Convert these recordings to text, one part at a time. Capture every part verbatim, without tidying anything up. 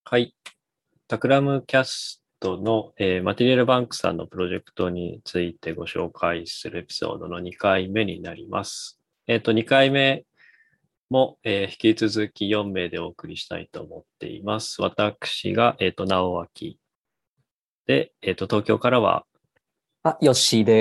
はい。タクラムキャストの、えーマテリアルバンクさんのプロジェクトについてご紹介するエピソードのにかいめになります。えっと、にかいめも、えー引き続きよん名でお送りしたいと思っています。私が、えっと、直脇で、えっと、東京からは、 あ、ヨッシーです。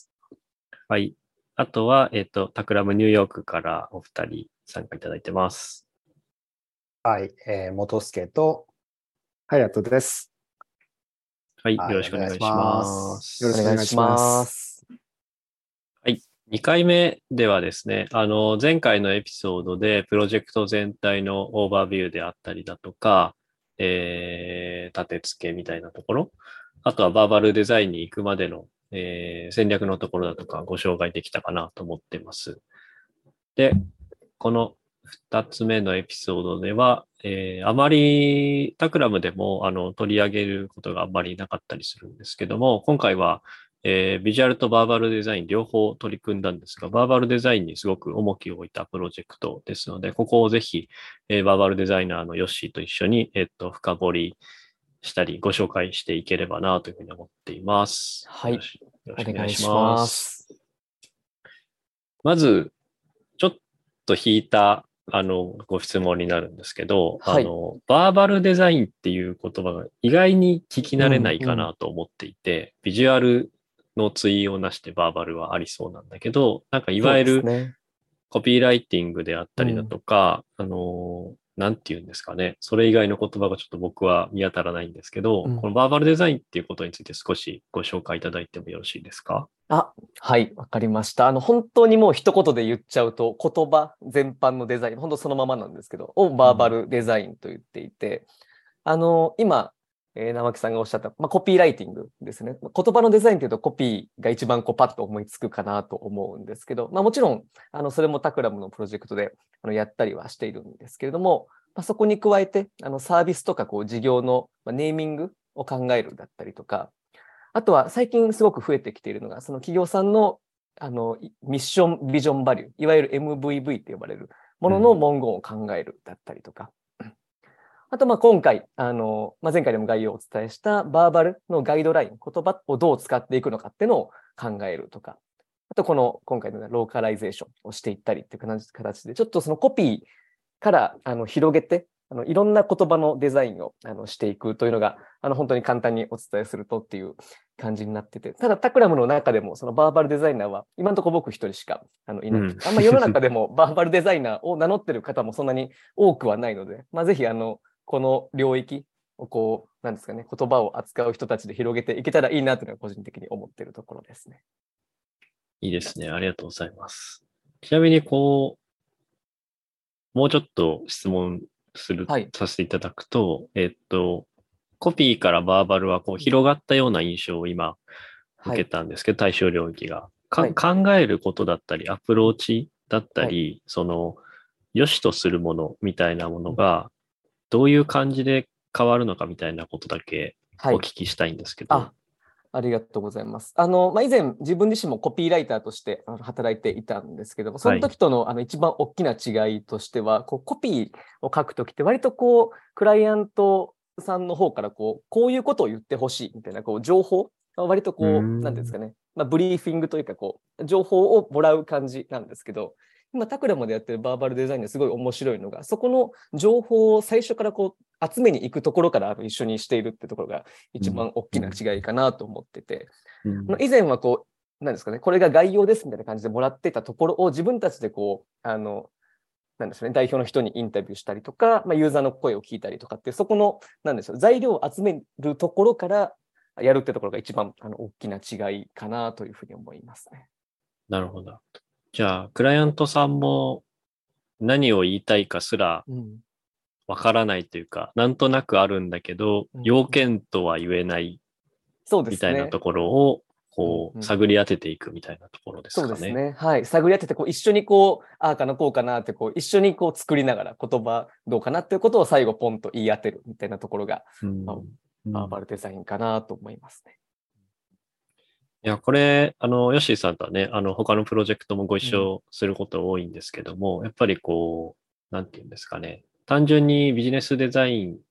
はい。あとは、えっと、タクラムニューヨークからお二人参加いただいてます。 はい、えー、元助と隼人です。 はい。 はい、 よろしくお願いしお願いしまますす。よろしくおお願いし願いしま。 ますす。 はい。にかいめではですね、あの、前回のエピソードでプロジェクト全体のオーバービューであったりだとか、えー、立て付けみたいなところ、あとはバーバルデザインに行くまでの、えー戦略のところだとかご紹介できたかなと思ってます。で、このふたつめのエピソードでは、えーあまりタクラムでもあの取り上げることがあんまりなかったりするんですけども、今回は、えービジュアルとバーバルデザイン両方取り組んだんですが、バーバルデザインにすごく重きを置いたプロジェクトですので、ここをぜひ、えーバーバルデザイナーのヨッシーと一緒に、えっと、深掘りしたりご紹介していければなというふうに思っています。 はいよろしよろおしくお願いし願いしま。 ますす。 まず、ちょっと引いた、あの、ご質問になるんですけど、 はいあの、バーバルデザインっていう言葉が意外に聞き慣れないかうんうんなと思っていて、ビジュアルの対をなしてバーバルはありそうなんだけど、なんかいそうわゆるですね。 コピーライティングであったりだうんとか、あの、なんて言うんですかね。それ以外の言葉がちょっと僕は見当たらないんですけど、 うんこのバーバルデザインっていうことについて少しご紹介いただいてもよろしいですか？ あ、はい、わかりました。あの、本当にもう一言で言っちゃうと、言葉全般のデザイン、本当そのままなんですけど、をバーバルデザインと言っていて、あの、今、えー、生木さんがおっしゃった、まあ、コピーライティングですね。言葉のデザインというとコピーが一番こうパッと思いつくかなと思うんですけど、まあ、もちろん、あの、それもタクラムのプロジェクトであのやったりはしているんですけれども、まあ、そこに加えて、あの、サービスとかこう事業のまあネーミングを考えるだったりとか、あとは最近すごく増えてきているのが、その企業さんのあのミッション、ビジョンバリュー、いわゆる エムブイブイ って呼ばれるものの文言を考えるだったりとか、あとまあ今回、あのまあ、前回でも概要をお伝えしたバーバルのガイドライン、言葉をどう使っていくのかっていうのを考えるとか、あとこの今回のローカライゼーションをしていったりっていう形で、ちょっとそのコピーからあの広げて、あのいろんな言葉のデザインをあのしていくというのが、あの本当に簡単にお伝えするとっていう感じになってて、ただタクラムの中でもそのバーバルデザイナーは今のところ僕一人しかあのいなくて、 うんあんま世の中でもバーバルデザイナーを名乗ってる方もそんなに多くはないので、まあ、ぜひあのこの領域をこう、なんですかね、言葉を扱う人たちで広げていけたらいいなというのは個人的に思っているところですね。 いいですね。ありがとうございます。ちなみに、こう、もうちょっと質問する、 はい。 させていただくと、えっと、コピーからバーバルはこう広がったような印象を今受けはい。 たんですけど、対象領域が。かはい。 考えることだったり、アプローチだったはい。 り、その、良しとするものみたいなもうんのが、どういう感じで変わるのかみたいなことだけはい。 お聞きしたいんですけど。 あ、ありがとうございます。あの、まあ、以前、自分自身もコピーライターとしてあの働いていたんですけども、そはい。 の時とのあの一番大きな違いとしては、こうコピーを書くときって割とこう、クライアントさんの方からこう、こういうことを言ってほしいみたいなこう情報、割とうーこう、なんていうんですん。 かね、まあ、ブリーフィングというかこう、情報をもらう感じなんですけど、今、タクラムでやってるバーバルデザインですごい面白いのが、そこの情報を最初からこう、集めに行くところから一緒にしているってところが一番大きな違いかなと思ってて、 うん以前はこう、なんですかね、これが概要ですみたいな感じでもらってたところを自分たちでこう、あの、なんですね、代表の人にインタビューしたりとか、まあ、ユーザーの声を聞いたりとかって、そこの、なんでしょう、材料を集めるところからやるってところが一番あの大きな違いかなというふうに思いますね。 なるほど。じゃあ、クライアントさんも何を言いたいかすらうんわからないというか、なんとなくあるんだけど、 うん要件とは言えないそうでみすね。 たいなところを、こう、 うんうん探り当てていくみたいなところですそうかね。 ですね。はい。探り当てて、こう、一緒にこう、ああかな、こうかなって、こう、一緒にこう、作りながら、言葉どうかなっていうことを最後、ポンと言い当てるみたいなところが、 うんまあ、 うんバーバルデザインかなと思いますね。 いや、これ、あの、ヨッシーさんとはね、あの、他のプロジェクトもご一うん緒すること多いんですけども、やっぱりこう、なんていうんですかね、単純にビジネスデザイン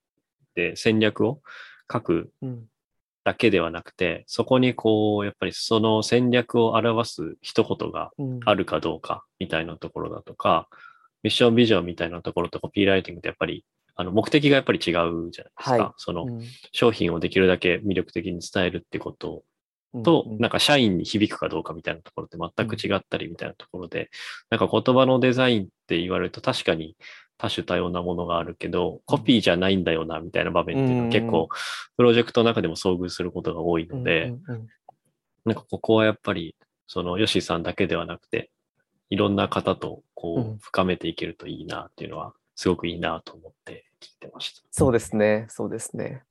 って戦略を書くうんだけではなくて、そこにこう、やっぱりその戦略を表す一言がうんあるかどうかみたいなところだとか、ミッションビジョンみたいなところとコピーライティングってやっぱり、あの、目的がやっぱり違うじゃないですはい。 か。そのうん商品をできるだけ魅力的に伝えるってことうんと、 うんなんか社員に響くかどうかみたいなところって全く違ったりみたいなところで、なんか言葉のデザインって言われると確かに多種多様なものがあるけど、コピーじゃないんだよなみたいな場面っていうのは結構プロジェクトの中でも遭遇することが多いうんうので、 んうんなんかここはやっぱりそのヨシさんだけではなくて、いろんな方とうんこう深めていけるといいなっていうのはすごくいいなと思って聞いてました。 そうですね。そうですね。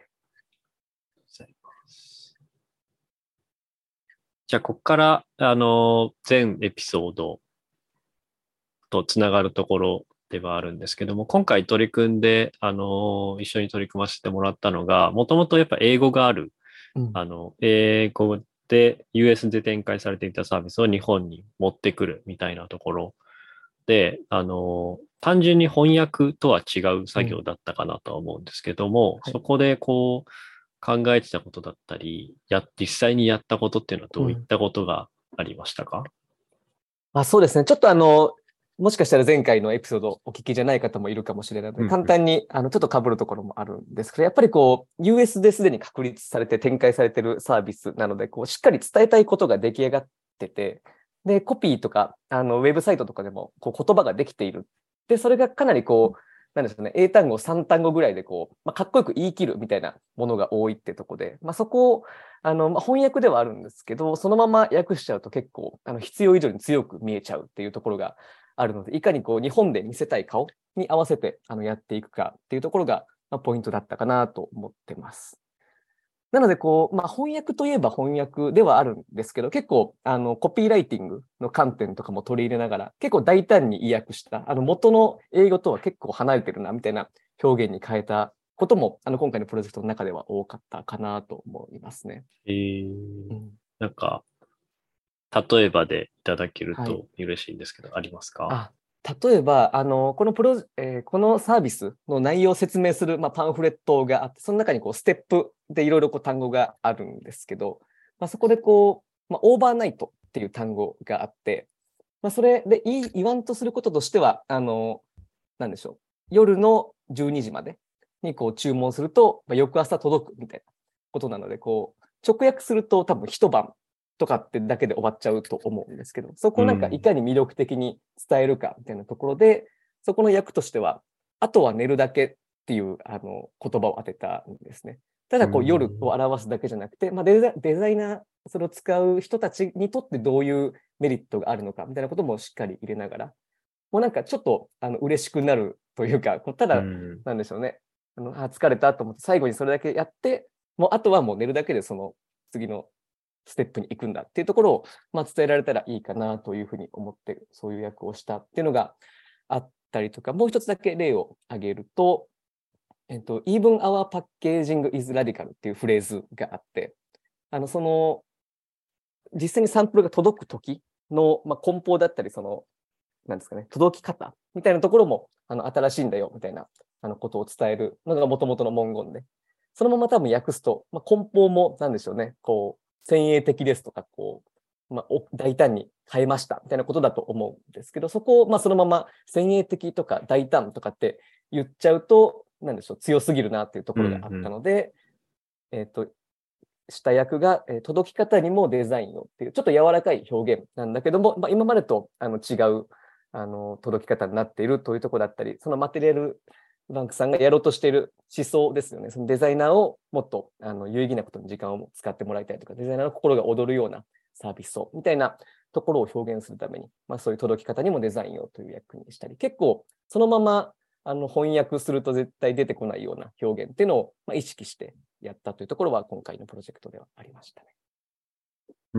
じゃあ、ここから、あの、全エピソードとつながるところではあるんですけども、今回取り組んで、あの、一緒に取り組ませてもらったのが、もともとやっぱ英語がある、 うんあの、英語で ユーエス で展開されていたサービスを日本に持ってくるみたいなところで、あの、単純に翻訳とは違う作業だったかなとは思うんですけども、 はいそこでこう、考えてたことだったり、や、実際にやったことっていうのはどういったことがありましたか？ まあ、そうですね。ちょっとあの、もしかしたら前回のエピソードお聞きじゃない方もいるかもしれないので、 うんうん簡単にあのちょっと被るところもあるんですけど、やっぱりこう、ユーエス ですでに確立されて展開されているサービスなので、こう、しっかり伝えたいことが出来上がってて、で、コピーとか、あの、ウェブサイトとかでも、こう、言葉ができている。で、それがかなりこう、なんですかね、英単語さん単語ぐらいでこう、まあ、かっこよく言い切るみたいなものが多いってとこで、まあ、そこを、あの、まあ、翻訳ではあるんですけど、そのまま訳しちゃうと結構、あの、必要以上に強く見えちゃうっていうところがあるので、いかにこう、日本で見せたい顔に合わせて、あの、やっていくかっていうところが、まあ、ポイントだったかなと思ってます。なので、こう、まあ、翻訳といえば翻訳ではあるんですけど、結構、あの、コピーライティングの観点とかも取り入れながら、結構大胆に意訳した、あの、元の英語とは結構離れてるな、みたいな表現に変えたことも、あの、今回のプロジェクトの中では多かったかなと思いますね。 えーうん、 なんか、例えばでいただけるはい。 と嬉しいんですけど、ありますか？ あ、例えば、あの、このプロ、えーこのサービスの内容を説明する、まあ、パンフレットがあって、その中にこうステップでいろいろこう単語があるんですけど、まあ、そこでこう、まあ、オーバーナイトっていう単語があって、まあ、それで言い言わんとすることとしては、あの、なんでしょう、夜のじゅうにじまでにこう注文すると、まあ、翌朝届くみたいなことなので、こう、直訳すると多分一晩とかってだけで終わっちゃうと思うんですけど、そこをなんかいかに魅力的に伝えるかみたいなところで、そこの訳としては、あとは寝るだけっていうあの言葉を当てたんですね。ただこう夜を表すだけじゃなくて、まあ、デザデザイナー、それを使う人たちにとってどういうメリットがあるのかみたいなこともしっかり入れながら、もうなんかちょっとあの嬉しくなるというか、ただ、なんでしょうね、あのあ疲れたと思って最後にそれだけやって、もうあとはもう寝るだけでその次のステップに行くんだっていうところを、まあ、伝えられたらいいかなというふうに思って、そういう役をしたっていうのがあったりとか、もう一つだけ例を挙げると、えっと、Even our packaging is radical っていうフレーズがあって、あの、その、実際にサンプルが届く時の、まあ、梱包だったり、その、なんですかね、届き方みたいなところも、あの、新しいんだよ、みたいな、あの、ことを伝えるのが元々の文言で、そのまま多分訳すと、まあ、梱包も、なんでしょうね、こう、先鋭的ですとか、こう、まあ、大胆に変えましたみたいなことだと思うんですけど、そこを、まあ、そのまま先鋭的とか大胆とかって言っちゃうと、なんでしょう、強すぎるなっていうところがあったので、うんうん、えっと、した役が、えー、届き方にもデザインをっていう、ちょっと柔らかい表現なんだけども、まあ、今までとあの違うあの届き方になっているというところだったり、そのマテリアルバンクさんがやろうとしている思想ですよね。そのデザイナーをもっとあの有意義なことに時間を使ってもらいたいとか、デザイナーの心が躍るようなサービスをみたいなところを表現するために、まあ、そういう届き方にもデザインをという役にしたり、結構そのままあの翻訳すると絶対出てこないような表現っていうのを、まあ、意識してやったというところは今回のプロジェクトではありましたね。 うん、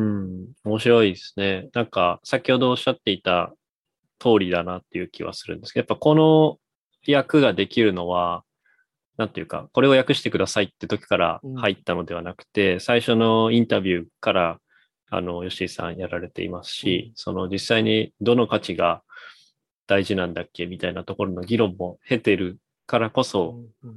面白いですね。なんか先ほどおっしゃっていた通りだなっていう気はするんですけど、やっぱこの役ができるのは、なんていうか、これを訳してくださいって時から入ったのではなくて、うん、最初のインタビューから、あの、吉井さんやられていますし、うん、その実際にどの価値が大事なんだっけみたいなところの議論も経てるからこそ、うんうん、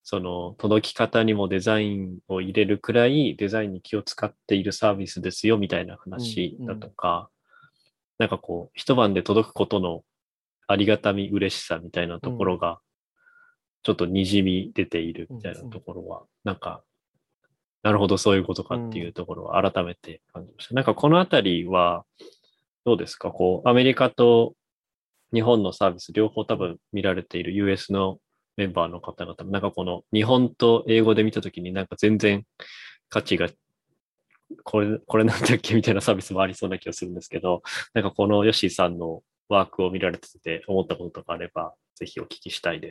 その届き方にもデザインを入れるくらいデザインに気を使っているサービスですよみたいな話だとか、なんかこう一晩で届くことのありがたみ、嬉しさみたいなところがちょっと滲み出ているみたいなところは、なんかなるほどそういうことかっていうところは改めて感じました。なんかこのあたりはどうですか？こうアメリカと日本のサービス両方多分見られている ユーエス のメンバーの方々も、なんかこの日本と英語で見たときになんか全然価値が、これ、これなんだっけみたいなサービスもありそうな気がするんですけど、なんかこのヨッシーさんのワークを見られてて思ったこととかあれば、ぜひお聞きしたいです。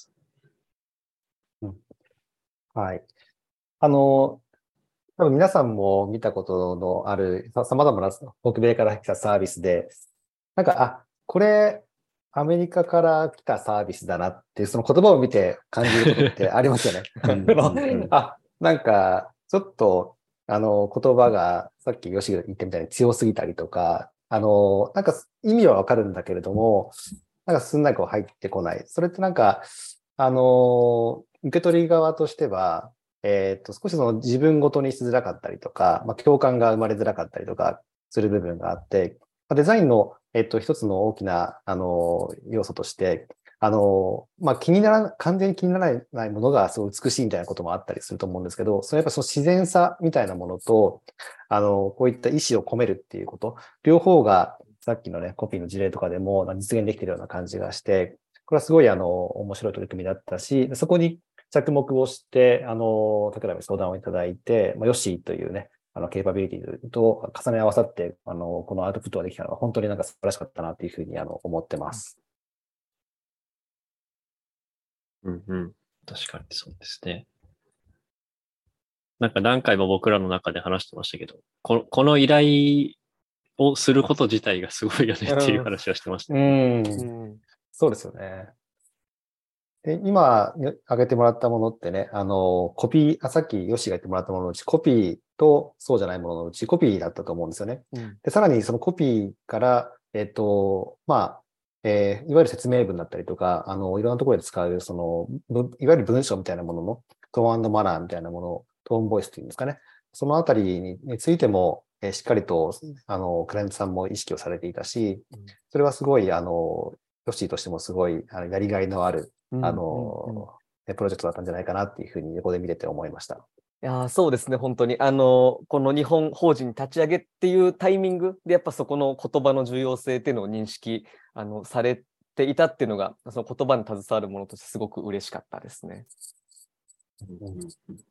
うん、はい。あの、多分皆さんも見たことのある様々な北米から来たサービスで、なんか、あ、これ、アメリカから来たサービスだなっていう、その言葉を見て感じることってありますよね。あ、なんか、ちょっと、あの、言葉が、さっきヨシが言ったみたいに強すぎたりとか、あの、なんか意味はわかるんだけれども、なんかすんなりこう入ってこない。それってなんか、あの、受け取り側としては、えっと、少しその自分ごとにしづらかったりとか、まあ、共感が生まれづらかったりとかする部分があって、デザインの、えっと、一つの大きな、あの、要素として、あの、まあ、気になら、完全に気にならないものがすごい美しいみたいなこともあったりすると思うんですけど、それやっぱその自然さみたいなものと、あの、こういった意思を込めるっていうこと、両方がさっきのね、コピーの事例とかでも実現できているような感じがして、これはすごいあの、面白い取り組みだったし、そこに着目をして、あの、例えば相談をいただいて、まあ、ヨッシーというね、あの、ケーパビリティと重ね合わさって、あの、このアウトプットができたのは本当になんか素晴らしかったなというふうに、あの、思ってます。 うんうん。確かにそうですね。なんか何回も僕らの中で話してましたけど、この、この依頼をすること自体がすごいよねっていう話はしてました、 ね。うん。うん、そうですよね。で、今挙げてもらったものってね、あの、コピー、あ、さっきヨッシーが言ってもらったもののうち、コピーとそうじゃないもののうち、コピーだったと思うんですよね。うん、で、さらにそのコピーから、えっと、まあ、えー、いわゆる説明文だったりとか、あの、いろんなところで使う、その、いわゆる文章みたいなものの、トーンマナーみたいなもの、トーンボイスというんですかね。そのあたりについても、えー、しっかりと、あの、クライアントさんも意識をされていたし、それはすごい、あの、ヨッシーとしてもすごい、あのやりがいのある、あの、うん、プロジェクトだったんじゃないかなっていうふうに横で見てて思いました。 いやそうですね、本当に。あの、この日本法人立ち上げっていうタイミングで、やっぱそこの言葉の重要性っていうのを認識あのされていたっていうのが、その言葉に携わるものとしてすごく嬉しかったですね。うん、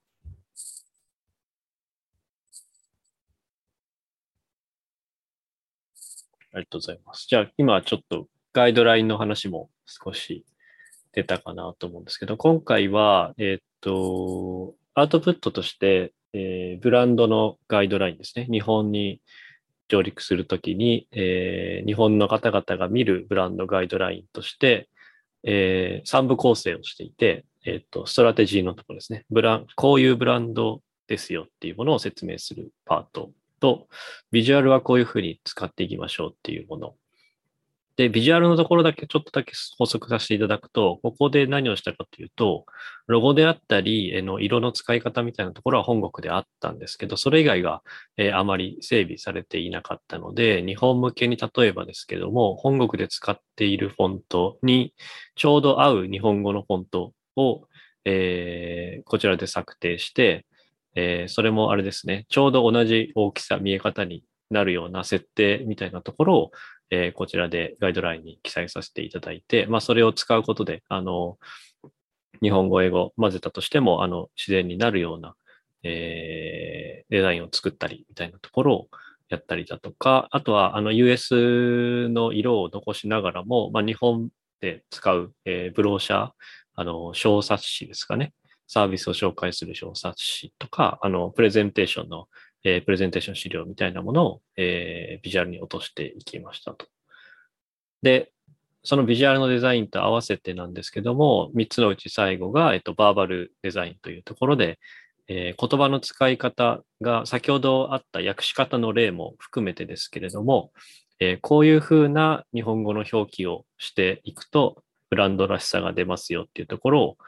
ありがとうございます。じゃあ、今ちょっとガイドラインの話も少し出たかなと思うんですけど、今回は、えー、っと、アウトプットとして、えー、ブランドのガイドラインですね。日本に上陸するときに、えー、日本の方々が見るブランドガイドラインとして、えー、さん部構成をしていて、えー、っと、ストラテジーのところですね。ブラン、こういうブランドですよっていうものを説明するパートと、ビジュアルはこういうふうに使っていきましょうっていうもの。で、ビジュアルのところだけちょっとだけ補足させていただくと、ここで何をしたかというと、ロゴであったり、の色の使い方みたいなところは本国であったんですけど、それ以外が、えー、あまり整備されていなかったので、日本向けに例えばですけども、本国で使っているフォントにちょうど合う日本語のフォントを、えー、こちらで策定して、えー、それもあれですね、ちょうど同じ大きさ、見え方になるような設定みたいなところを、えー、こちらでガイドラインに記載させていただいて、まあ、それを使うことで、あの、日本語、英語混ぜたとしても、あの、自然になるような、えー、デザインを作ったりみたいなところをやったりだとか、あとは、あの、ユーエス の色を残しながらも、まあ、日本で使う、えー、ブローシャー、あの、小冊子ですかね。サービスを紹介する小冊子とか、あの、プレゼンテーションのえー、プレゼンテーション資料みたいなものを、えー、ビジュアルに落としていきましたと。で、そのビジュアルのデザインと合わせてなんですけども、みっつのうち最後が、えっと、バーバルデザインというところで、えー、言葉の使い方が先ほどあった訳し方の例も含めてですけれども、えー、こういうふうな日本語の表記をしていくと、ブランドらしさが出ますよっていうところを、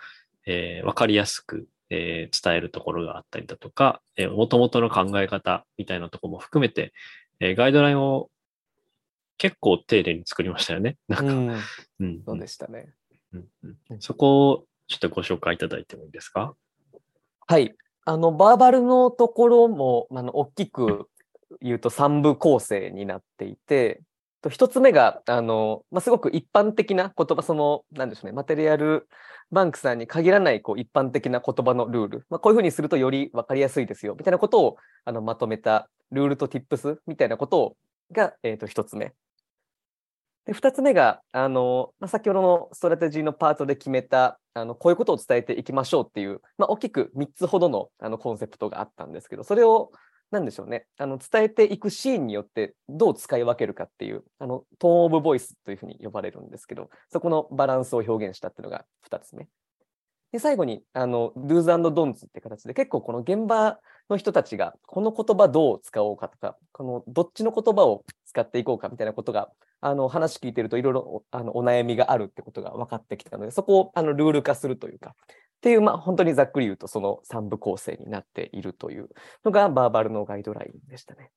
えー、わかりやすく、えー、伝えるところがあったりだとか、えー、元々の考え方みたいなところも含めて、えー、ガイドラインを結構丁寧に作りましたよね。なんか、 うん、 うん、 そうでしたね。 うんうんうんそこをちょっとご紹介いただいてもいいですか？ はい。あの、バーバルのところも、あの、大きく言うとさん部構成になっていて、と一つ目が、あの、まあ、すごく一般的な言葉、その、なんでしょうね、マテリアルバンクさんに限らない、こう、一般的な言葉のルール、まあ、こういうふうにするとより分かりやすいですよ、みたいなことを、あの、まとめたルールと Tips みたいなことをが、えっと、一つ目。で、二つ目が、あの、まあ、先ほどのストラテジーのパートで決めた、あの、こういうことを伝えていきましょうっていう、まあ、大きくみっつほどの、あの、コンセプトがあったんですけど、それを、なんでしょうね、あの、伝えていくシーンによってどう使い分けるかっていう、あの、トーンオブボイスというふうに呼ばれるんですけど、そこのバランスを表現したっていうのが二つ目。で、最後に、あの、do's and don'ts って形で、結構この現場の人たちが、この言葉どう使おうかとか、このどっちの言葉を使っていこうかみたいなことが、あの、話聞いてるといろいろあのお悩みがあるってことが分かってきたので、そこをあのルール化するというか、っていう、まあ、本当にざっくり言うと、そのさん部構成になっているというのが、バーバルのガイドラインでしたね。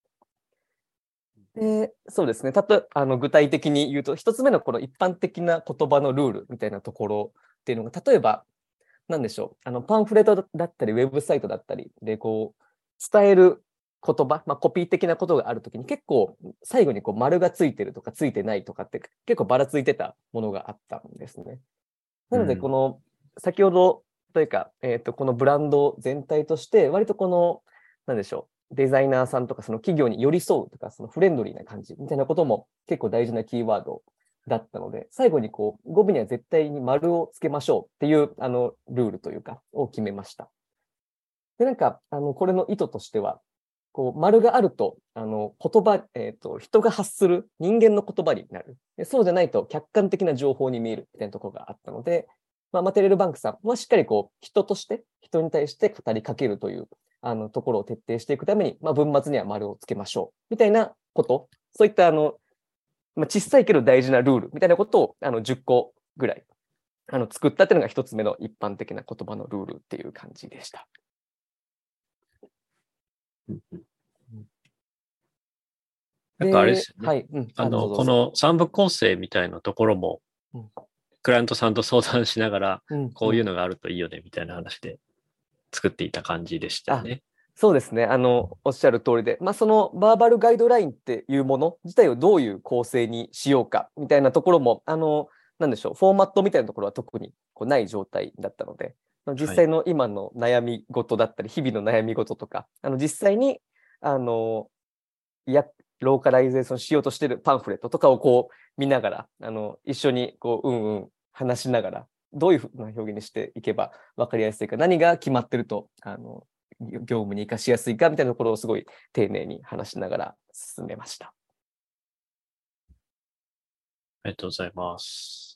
で、そうですね。たとあの具体的に言うと、一つ目のこの一般的な言葉のルールみたいなところっていうのが、例えば、なんでしょう、あのパンフレットだったり、ウェブサイトだったりで、こう、伝える言葉、まあ、コピー的なことがあるときに、結構、最後にこう丸がついてるとか、ついてないとかって、結構ばらついてたものがあったんですね。なので、この、先ほどというか、えっと、このブランド全体として、割とこの、なんでしょう、デザイナーさんとか、その企業に寄り添うとか、そのフレンドリーな感じみたいなことも結構大事なキーワードだったので、最後にこう語尾には絶対に丸をつけましょうっていうあのルールというかを決めました。で、なんかあのこれの意図としては、こう丸があるとあの言葉、えーと、人が発する人間の言葉になる。でそうじゃないと客観的な情報に見えるみたいなところがあったので、まあ、マテリアルバンクさんはしっかりこう人として人に対して語りかけるというあのところを徹底していくために、まあ、文末には丸をつけましょうみたいなこと、そういったあのまあ、小さいけど大事なルールみたいなことをあのじゅっこぐらいあの作ったっていうのが一つ目の一般的な言葉のルールっていう感じでした。 なんかあれですよね。 はいうん、 あの、このさん部構成みたいなところも、うん、クライアントさんと相談しながら、うん、こういうのがあるといいよねみたいな話で作っていた感じでしたよね。 そうですね。あの、おっしゃる通りで、まあ、そのバーバルガイドラインっていうもの自体をどういう構成にしようかみたいなところも、あの、なんでしょう、フォーマットみたいなところは特にこうない状態だったので、実際の今の悩み事だったり、日々の悩み事とか、あの実際に、あの、や、ローカライゼーションしようとしているパンフレットとかをこう見ながら、あの、一緒にこう、うんうん話しながら、どういうふうな表現にしていけば分かりやすいか、何が決まってると、あの、業務に生かしやすいかみたいなところをすごい丁寧に話しながら進めました。ありがとうございます。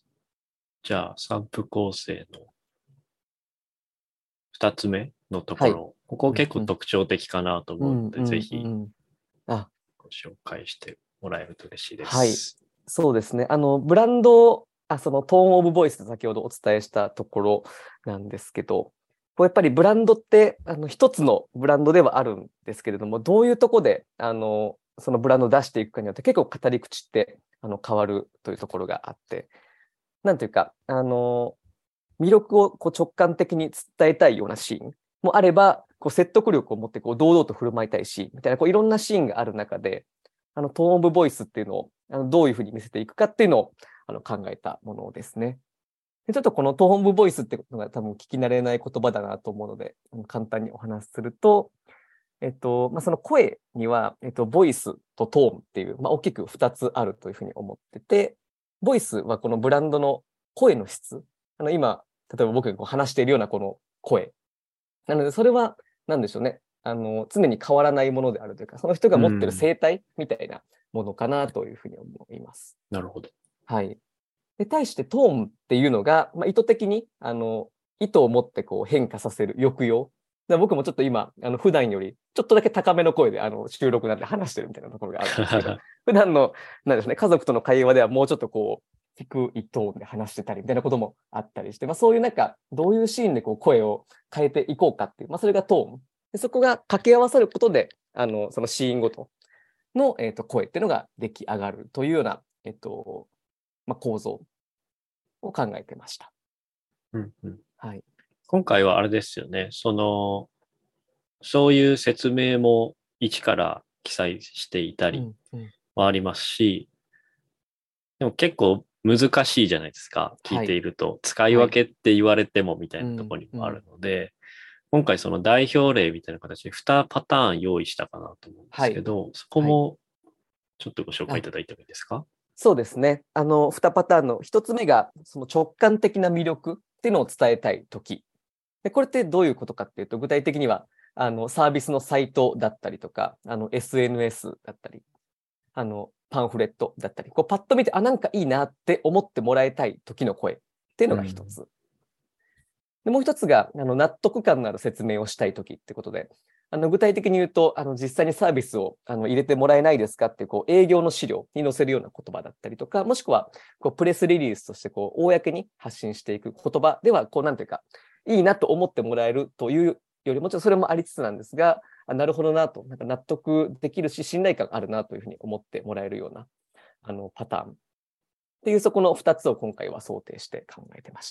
じゃあ、さん部構成のふたつめのところ、はい、ここ結構特徴的かなと思うので、うんうん、ぜひご紹介してもらえると嬉しいです。 はい、そうですね。あの、ブランド、あそのトーンオブボイスと先ほどお伝えしたところなんですけど、こうやっぱりブランドってあの一つのブランドではあるんですけれども、どういうとこであのそのブランドを出していくかによって結構語り口ってあの変わるというところがあって、なんていうかあの魅力をこう直感的に伝えたいようなシーンもあれば、こう説得力を持ってこう堂々と振る舞いたいシーンみたいなこういろんなシーンがある中で、あのトーンオブボイスっていうのをあのどういうふうに見せていくかっていうのをあの考えたものですね。ちょっとこのトーンオブボイスっていうのが多分聞き慣れない言葉だなと思うので、簡単にお話しすると、えっと、まあ、その声には、えっと、ボイスとトーンっていう、まあ、大きくふたつあるというふうに思ってて、ボイスはこのブランドの声の質。あの今、例えば僕がこう話しているようなこの声。なので、それは何でしょうね。あの、常に変わらないものであるというか、その人が持ってる生態みたいなものかなというふうに思います。 なるほど。 はい。で対してトーンっていうのが、まあ、意図的にあの意図を持ってこう変化させる抑揚。で僕もちょっと今あの普段よりちょっとだけ高めの声であの収録なんで話してるみたいなところがあるんですけど普段のなんですね、家族との会話ではもうちょっとこう低いトーンで話してたりみたいなこともあったりして、まあ、そういうなんかどういうシーンでこう声を変えていこうかっていう、まあ、それがトーンで、そこが掛け合わさることであのそのシーンごとの、えー、と声っていうのが出来上がるというような、えーとまあ、構造を考えてました。 うんうん、 はい、 今回はあれですよね。そのそういう説明も一から記載していたりもありますし、うんうん、でも結構難しいじゃないですか。聞いていると、はい、使い分けって言われてもみたいなところにもあるので、はい、うんうん、今回その代表例みたいな形でにパターン用意したかなと思うんですけど、はい、そこもちょっとご紹介いただいてもいいですか？ そうですね。あのにパターンのひとつめがその直感的な魅力っていうのを伝えたいとき。でこれってどういうことかっていうと、具体的にはあのサービスのサイトだったりとか、あの エスエヌエス だったり、あのパンフレットだったり、こうパッと見て、あ、なんかいいなって思ってもらいたい時の声っていうのが一つ。うん、でもう一つがあの納得感のある説明をしたい時ってことで、あの具体的に言うと、あの実際にサービスをあの入れてもらえないですかっていう、こう営業の資料に載せるような言葉だったりとか、もしくはこうプレスリリースとしてこう公に発信していく言葉では、こうなんていうか、いいなと思ってもらえるというよりも、ちろんそれもありつつなんですが、あ、なるほどなと、なんか納得できるし、信頼感あるなというふうに思ってもらえるようなあのパターンっていう、そこのふたつを今回は想定して考えてました。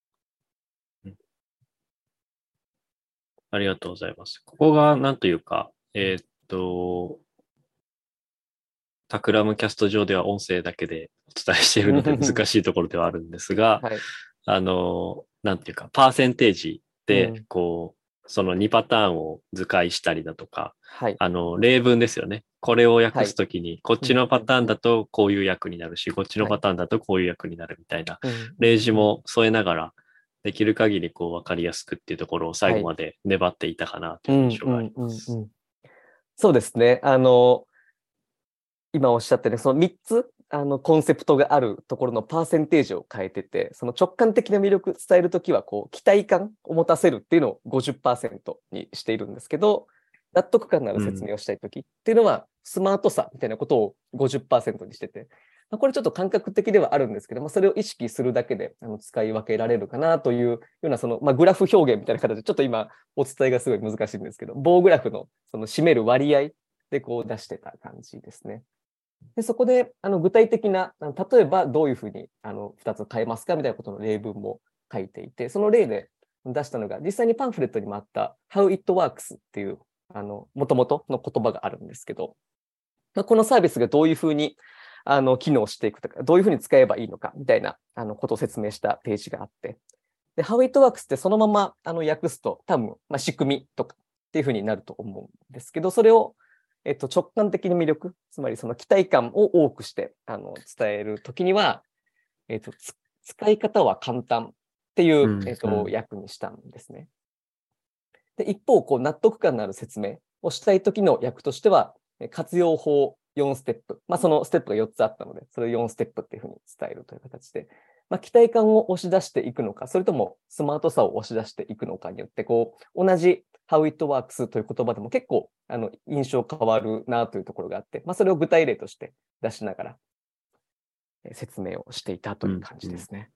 ありがとうございます。ここがなんというか、えー、っと、タクラムキャスト上では音声だけでお伝えしているので難しいところではあるんですが、はい、あの、なんていうか、パーセンテージで、こう、うん、そのにパターンを図解したりだとか、はい、あの、例文ですよね。これを訳すときに、こっちのパターンだとこういう役になるし、こっちのパターンだとこういう役になるみたいな、例示も添えながら、できる限りこう分かりやすくっていうところを最後まで粘っていたかなという印象があります。 そうですね。あの、今おっしゃったね、そのみっつあのコンセプトがあるところのパーセンテージを変えてて、その直感的な魅力伝えるときはこう期待感を持たせるっていうのを ごじゅっパーセント にしているんですけど、納得感のある説明をしたいときっていうのは、スマートさみたいなことを ごじゅっパーセント にしてて、まあ、これちょっと感覚的ではあるんですけど、まあ、それを意識するだけであの使い分けられるかなというような、その、まあ、グラフ表現みたいな形で、ちょっと今お伝えがすごい難しいんですけど、棒グラフのその占める割合でこう出してた感じですね。でそこであの具体的な、例えばどういうふうにあのふたつ変えますかみたいなことの例文も書いていて、その例で出したのが、実際にパンフレットにもあった How it works っていうあの元々の言葉があるんですけど、このサービスがどういうふうにあの機能していくとか、どういうふうに使えばいいのかみたいなあのことを説明したページがあって、で How it works ってそのままあの訳すと多分、まあ、仕組みとかっていうふうになると思うんですけど、それをえっと、直感的な魅力、つまりその期待感を多くしてあの伝えるときには、えっと、使い方は簡単っていう、うん、えっと、訳にしたんですね。で一方こう、納得感のある説明をしたいときの訳としては、活用法よんステップ、まあ、そのステップがよっつあったので、それをよんステップっていうふうに伝えるという形で、まあ、期待感を押し出していくのか、それともスマートさを押し出していくのかによって、こう同じHow it works という言葉でも結構あの印象変わるなというところがあって、まあ、それを具体例として出しながら説明をしていたという感じですね。うんうん、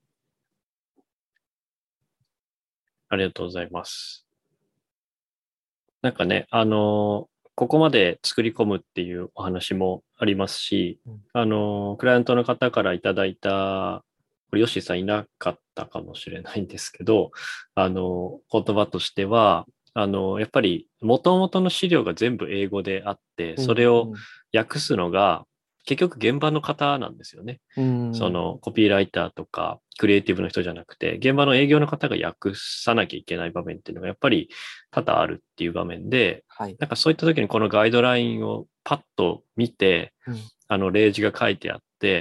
ありがとうございます。なんかね、あの、ここまで作り込むっていうお話もありますし、うん、あの、クライアントの方からいただいた、これヨッシーさんいなかったかもしれないんですけど、あの、言葉としては、あの、やっぱり元々の資料が全部英語であって、それを訳すのが結局現場の方なんですよね。うん、そのコピーライターとかクリエイティブの人じゃなくて、現場の営業の方が訳さなきゃいけない場面っていうのがやっぱり多々あるっていう場面で、はい、なんかそういった時にこのガイドラインをパッと見て、うん、あの例示が書いてあって、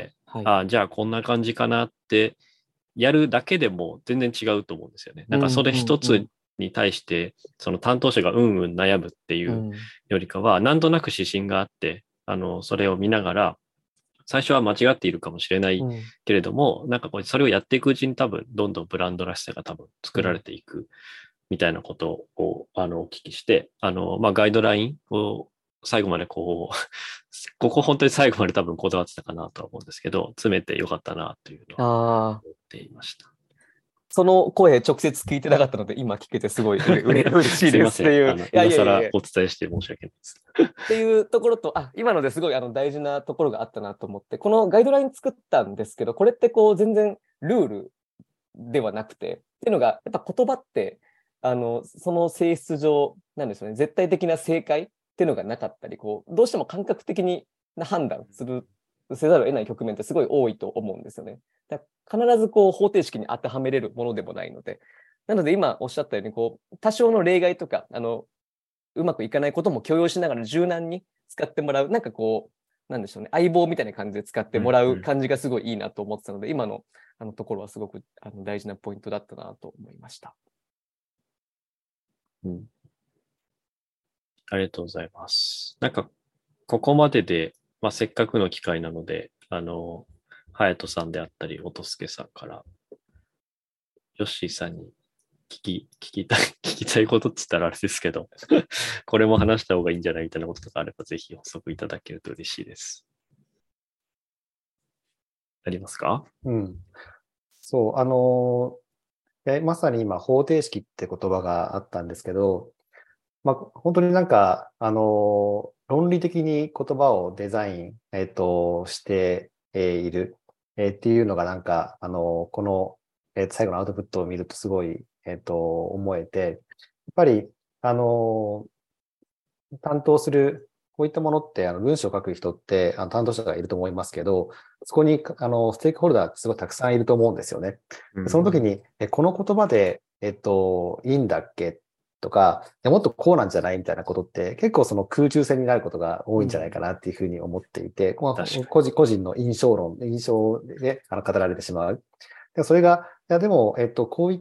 はい、あじゃあこんな感じかなってやるだけでも全然違うと思うんですよね。なんかそれ一つに対してその担当者がうんうん悩むっていうよりかは、なんとなく指針があって、あのそれを見ながら最初は間違っているかもしれないけれども、うん、なんかこうそれをやっていくうちに多分どんどんブランドらしさが多分作られていくみたいなことをあのお聞きして、あのまあガイドラインを最後までこう、ここ本当に最後まで多分こだわってたかなとは思うんですけど、詰めてよかったなというのはああ、 思っていました。 その声直接聞いてなかったので、今聞けてすごいうれうれ嬉しいすいません。 ですっていう。 あのいやい今やいやいや。 更お伝えして申し訳ないです。 っていうところと、あ、今のですごいあの大事なところがあったなと思って、このガイドライン作ったんですけど、これってこう全然ルールではなくて、っていうのが、やっぱ言葉って、あの、その性質上、なんですよね、絶対的な正解っていうのがなかったり、こう、どうしても感覚的にな判断する、せざるを得ない局面ってすごい多いと思うんですよね。だから必ずこう方程式に当てはめれるものでもないので、なので今おっしゃったように、こう、多少の例外とか、あの、うまくいかないことも許容しながら柔軟に使ってもらう、なんかこう、なんでしょうね、相棒みたいな感じで使ってもらう感じがすごいいいなと思ってたので、今のあのところはすごくあの大事なポイントだったなと思いました。 うん、ありがとうございます。なんか、ここまでで、まあ、せっかくの機会なので、あの、隼人さんであったり、音助さんから、ヨッシーさんに聞き、聞きたい、聞きたいことって言ったらあれですけど、これも話した方がいいんじゃないみたいなこととかあれば、ぜひ補足いただけると嬉しいです。ありますか？ うん。そう、あの、えまさに今、方程式って言葉があったんですけど、まあ、本当になんか、あの、論理的に言葉をデザイン、えっと、している、えーっていうのがなんか、あの、この、えー最後のアウトプットを見るとすごい、えっと、思えて、やっぱり、あの、担当する、こういったものって、あの文章を書く人って、あの担当者がいると思いますけど、そこに、あの、ステークホルダーってすごいたくさんいると思うんですよね。 うんその時に、え、この言葉で、えっと、いいんだっけとか、もっとこうなんじゃないみたいなことって、結構その空中戦になることが多いんじゃないかなっていうふうに思っていて、まあ確かに。 個人個人の印象論、印象であの語られてしまう。でそれが、いやでも、えっと、こういった、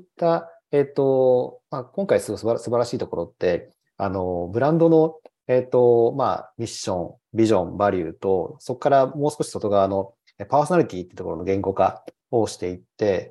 えっと、まあ、今回すごい素晴ら素晴らしいところって、あの、ブランドのえっと、まあ、ミッション、ビジョン、バリューと、そこからもう少し外側のパーソナリティっていうところの言語化をしていって、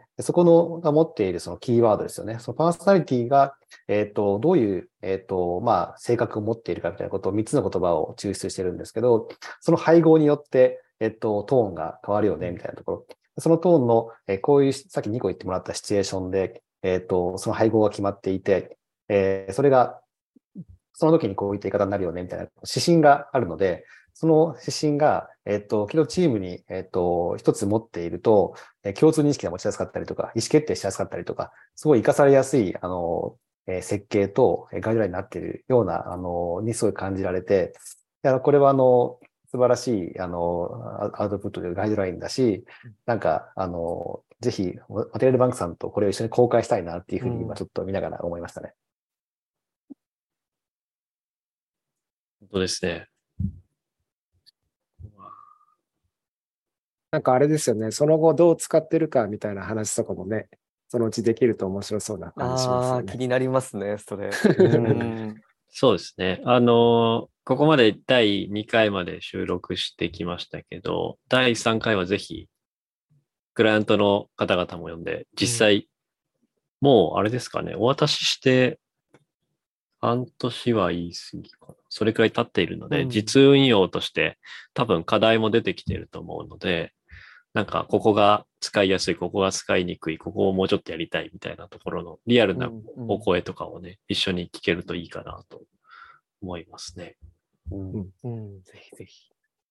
そこのが持っているそのキーワードですよね。そのパーソナリティが、えっと、どういう、えっと、まあ、性格を持っているかみたいなことをみっつの言葉を抽出してるんですけど、その配合によって、えっと、トーンが変わるよね、みたいなところ。そのトーンの、えこういう、さっきにこ言ってもらったシチュエーションで、えっと、その配合が決まっていて、えーそれがその時にこういった言い方になるよね、みたいな指針があるので、その指針が、えっと、昨日チームに、えっと、一つ持っていると、え共通認識が持ちやすかったりとか、意思決定しやすかったりとか、すごい活かされやすい、あの、えー設計とガイドラインになっているような、あの、にすごい感じられて、いやこれは、あの、素晴らしい、あの、アウトプットというガイドラインだし、なんか、あの、ぜひ、マテリアルバンクさんとこれを一緒に公開したいなっていうふうに今ちょっと見ながら思いましたね。 本当ですね。 なんかあれですよね、その後どう使ってるかみたいな話とかもね、そのうちできると面白そうな感じしますああ、 よね。 気になりますね、それ。うん。 そうですね。あの、ここまでだいにかいまで収録してきましたけど、だいさんかいはぜひ、クライアントの方々も呼んで、実際、もうあれですかね、お渡しして、半年は言い過ぎかな。それくらい経っているので、 うん実運用として多分課題も出てきていると思うので、なんかここが使いやすい、ここが使いにくい、ここをもうちょっとやりたいみたいなところのリアルなお声とかをね、一緒に聞けるといいかなと思いますね。 うんうんうん、ぜひぜひ。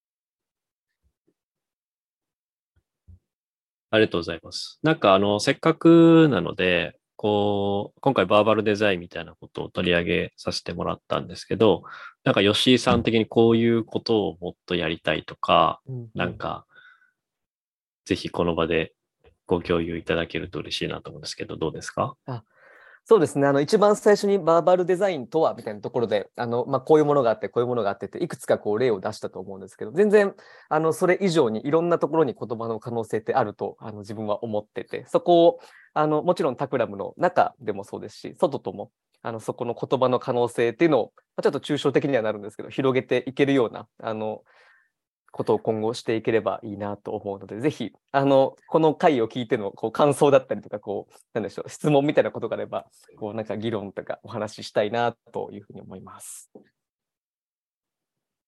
ありがとうございます。なんかあの、せっかくなので、こう、今回バーバルデザインみたいなことを取り上げさせてもらったんですけど、なんか吉井さん的にこういうことをもっとやりたいとか、 うんなんか、ぜひこの場でご共有いただけると嬉しいなと思うんですけど、どうですか？ あ、そうですね。あの、一番最初にバーバルデザインとはみたいなところで、あの、まあ、こういうものがあって、こういうものがあってって、いくつかこう例を出したと思うんですけど、全然、あの、それ以上にいろんなところに言葉の可能性ってあると、あの、自分は思ってて、そこを、あの、もちろんタクラムの中でもそうですし、外とも、あの、そこの言葉の可能性っていうのを、まあちょっと抽象的にはなるんですけど、広げていけるような、あの、ことを今後していければいいなと思うので、ぜひ、あの、この回を聞いてのこう感想だったりとか、こう、なんでしょう、質問みたいなことがあれば、こう、なんか議論とかお話ししたいなというふうに思います。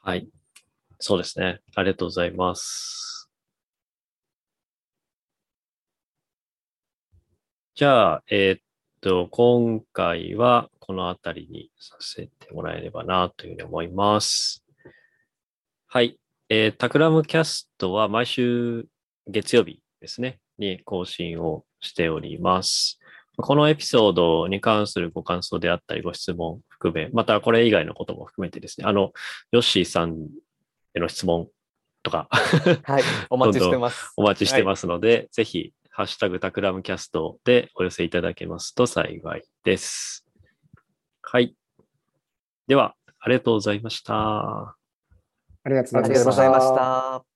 はい。そうですね。ありがとうございます。じゃあ、えーっと、今回はこのあたりにさせてもらえればなというふうに思います。はい。えー、タクラムキャストは毎週月曜日ですね、に更新をしております。このエピソードに関するご感想であったり、ご質問含め、またこれ以外のことも含めてですね、あの、ヨッシーさんへの質問とか、 はい、お待ちしてます。 お待ちしてますので、ぜひ、ハッシュタグタクラムキャストでお寄せいただけますと幸いです。はい。では、ありがとうございました。 ありがとうございました。 ありがとうございました。